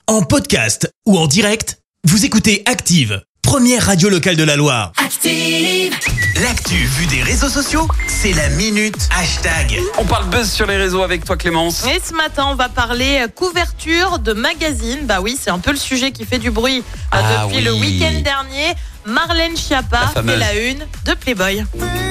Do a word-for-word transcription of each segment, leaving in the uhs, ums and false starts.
En podcast ou en direct, vous écoutez Active, première radio locale de la Loire. Active! L'actu vue des réseaux sociaux, c'est la minute hashtag. On parle buzz sur les réseaux avec toi Clémence. Et ce matin, on va parler couverture de magazine. Bah oui, c'est un peu le sujet qui fait du bruit Ah depuis oui. le week-end dernier. Marlène Schiappa La fameuse. fait la une de Playboy.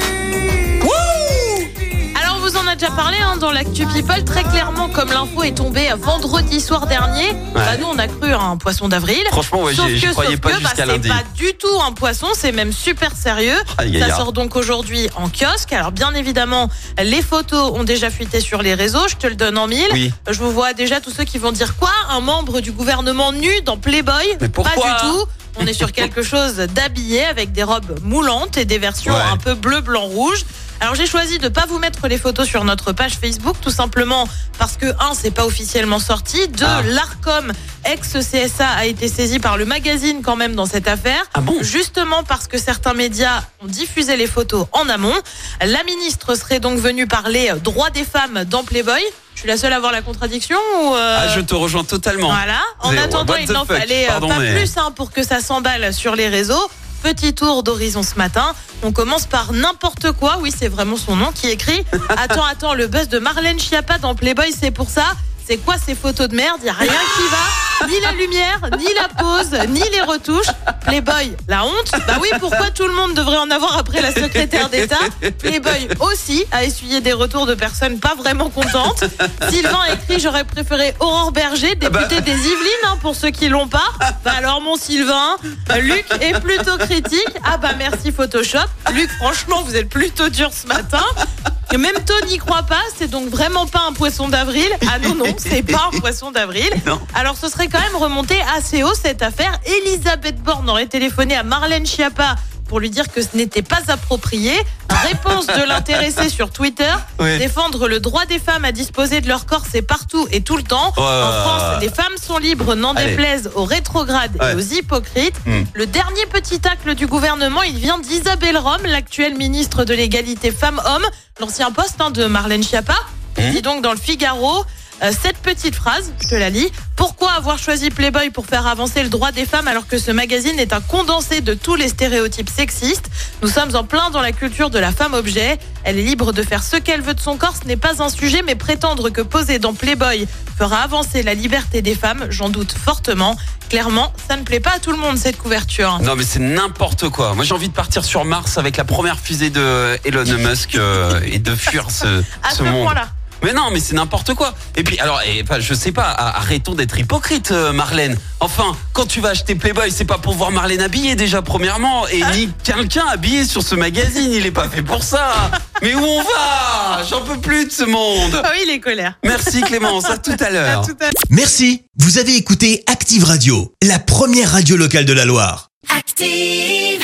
Alors, on vous en a déjà parlé hein, dans l'actu People. Très clairement, comme l'info est tombée vendredi soir dernier, bah, nous on a cru à un poisson d'avril. Franchement, ouais, Sauf j'y, j'y que, croyais sauf pas que, jusqu'à bah, lundi. c'est pas du tout un poisson, c'est même super sérieux. Aïe, aïe, Ça aïe. sort donc aujourd'hui en kiosque. Alors bien évidemment, les photos ont déjà fuité sur les réseaux. Je te le donne en mille. Oui. Je vous vois déjà tous ceux qui vont dire quoi ? Un membre du gouvernement nu dans Playboy ? Mais pourquoi ? Pas du tout. On est sur quelque chose d'habillé avec des robes moulantes et des versions Ouais. un peu bleu, blanc, rouge. Alors j'ai choisi de pas vous mettre les photos sur notre page Facebook, tout simplement parce que un, c'est pas officiellement sorti. Deux, Ah. l'Arcom ex-C S A a été saisi par le magazine quand même dans cette affaire. Ah bon ? Justement parce que certains médias ont diffusé les photos en amont. La ministre serait donc venue parler droits des femmes dans Playboy. Je suis la seule à voir la contradiction ou euh... Ah, je te rejoins totalement. Voilà. En Zéro. attendant, What il the n'en fuck fallait euh, Pardon, pas mais- plus hein, pour que ça s'emballe sur les réseaux. Petit tour d'horizon ce matin. On commence par n'importe quoi. Oui, c'est vraiment son nom qui écrit. Attends, attends, le buzz de Marlène Schiappa dans Playboy, c'est pour ça. C'est quoi ces photos de merde ? Il n'y a rien qui va. Ni la lumière, ni la pose, ni les retouches. Playboy, la honte. Bah oui, pourquoi tout le monde devrait en avoir après la secrétaire d'État ? Playboy aussi a essuyé des retours de personnes pas vraiment contentes. Sylvain a écrit « J'aurais préféré Aurore Berger, députée des Yvelines, hein, pour ceux qui l'ont pas. » Bah alors mon Sylvain, Luc est plutôt critique. Ah bah merci Photoshop. Luc, franchement, vous êtes plutôt dur ce matin. Et même Tony n'y croit pas, c'est donc vraiment pas un poisson d'avril. Ah non, non, c'est pas un poisson d'avril. Non. Alors ce serait quand même remonté assez haut cette affaire. Elisabeth Borne aurait téléphoné à Marlène Schiappa pour lui dire que ce n'était pas approprié. Réponse de l'intéressé sur Twitter. Oui. Défendre le droit des femmes à disposer de leur corps, c'est partout et tout le temps. Ouais, en ouais, France, ouais. les femmes sont libres, n'en Allez. déplaise aux rétrogrades Ouais. et aux hypocrites. Hmm. Le dernier petit tacle du gouvernement, il vient d'Isabelle Rome, l'actuelle ministre de l'égalité femmes-hommes, l'ancien poste hein, de Marlène Schiappa. Il Hmm. dit donc dans le Figaro, euh, cette petite phrase, je te la lis. Pourquoi avoir choisi Playboy pour faire avancer le droit des femmes alors que ce magazine est un condensé de tous les stéréotypes sexistes ? Nous sommes en plein dans la culture de la femme-objet. Elle est libre de faire ce qu'elle veut de son corps, ce n'est pas un sujet, mais prétendre que poser dans Playboy fera avancer la liberté des femmes, j'en doute fortement. Clairement, ça ne plaît pas à tout le monde cette couverture. Non mais c'est n'importe quoi. Moi j'ai envie de partir sur Mars avec la première fusée de Elon Musk euh, et de fuir ce, À ce ce monde. point-là. Mais non, mais c'est n'importe quoi. Et puis, alors, et, enfin, je sais pas, a- arrêtons d'être hypocrite, euh, Marlène. Enfin, quand tu vas acheter Playboy, c'est pas pour voir Marlène habillée déjà, premièrement, et ni quelqu'un habillé sur ce magazine. Il est pas fait pour ça. Mais où on va ? J'en peux plus de ce monde. Ah oui, les colères. Merci Clémence, à tout à À l'heure. tout à l'heure. Merci, vous avez écouté Active Radio, la première radio locale de la Loire. Active.